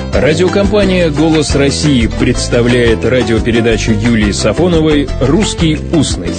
Радиокомпания «Голос России» представляет радиопередачу Юлии Сафоновой «Русский устный».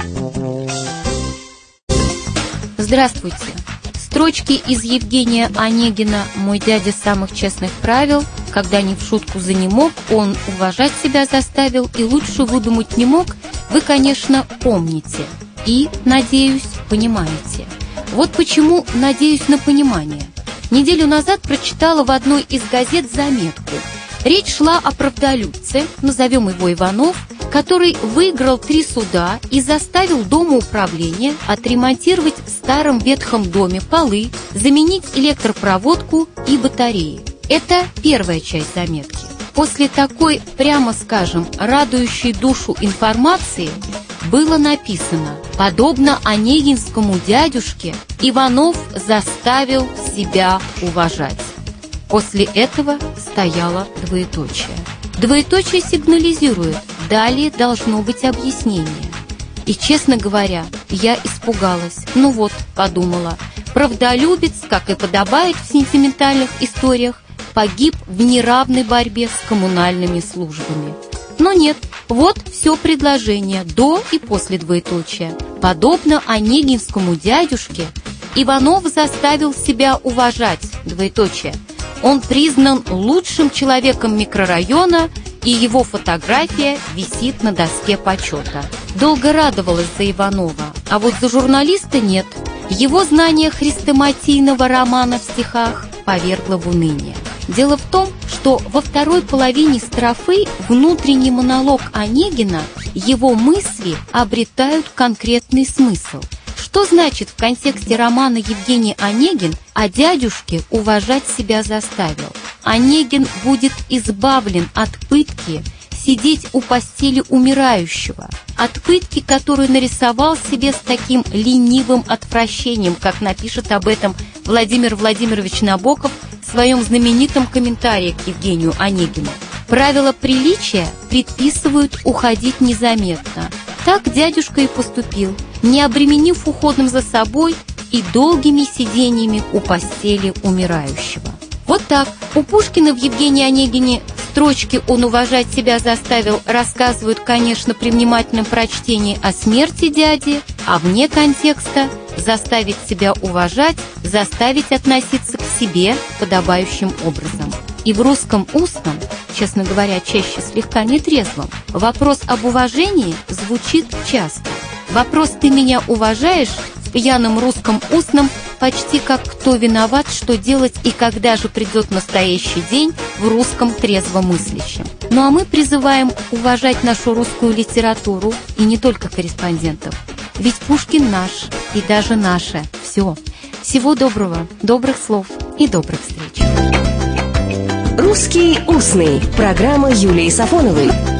Здравствуйте. Строчки из Евгения Онегина «Мой дядя самых честных правил», когда не в шутку занемог, он уважать себя заставил и лучше выдумать не мог, вы, конечно, помните и, надеюсь, понимаете. Вот почему надеюсь на понимание. Неделю назад прочитала в одной из газет заметку. Речь шла о правдолюбце, назовем его Иванов, который выиграл 3 суда и заставил домоуправление отремонтировать в старом ветхом доме полы, заменить электропроводку и батареи. Это первая часть заметки. После такой, прямо скажем, радующей душу информации было написано: подобно онегинскому дядюшке, Иванов заставил себя уважать. После этого стояло двоеточие. Двоеточие сигнализирует: далее должно быть объяснение. И, честно говоря, я испугалась. Ну вот, подумала, правдолюбец, как и подобает в сентиментальных историях, погиб в неравной борьбе с коммунальными службами. Но нет, вот все предложение до и после двоеточия. Подобно онегинскому дядюшке, Иванов заставил себя уважать, двоеточие. Он признан лучшим человеком микрорайона, и его фотография висит на доске почета. Долго радовалась за Иванова, а вот за журналиста нет. Его знание хрестоматийного романа в стихах повергло в уныние. Дело в том, что во второй половине строфы внутренний монолог Онегина, его мысли обретают конкретный смысл. Что значит в контексте романа Евгений Онегин о дядюшке уважать себя заставил? Онегин будет избавлен от пытки сидеть у постели умирающего, от пытки, которую нарисовал себе с таким ленивым отвращением, как напишет об этом Владимир Владимирович Набоков в своем знаменитом комментарии к Евгению Онегину. Правила приличия предписывают уходить незаметно. Так дядюшка и поступил, не обременив уходом за собой и долгими сидениями у постели умирающего. Вот так. У Пушкина в Евгении Онегине строчки «Он уважать себя заставил» рассказывают, конечно, при внимательном прочтении о смерти дяди, а вне контекста заставить себя уважать, заставить относиться к себе подобающим образом. И в русском устном, честно говоря, чаще слегка нетрезвом, вопрос об уважении звучит часто. Вопрос «ты меня уважаешь?» в пьяном русском устном почти как «кто виноват, что делать и когда же придет настоящий день» в русском трезвомыслящем. Ну а мы призываем уважать нашу русскую литературу и не только корреспондентов. Ведь Пушкин наш и даже наше все. Всего доброго, добрых слов и добрых встреч. «Русский устный». Программа Юлии Сафоновой.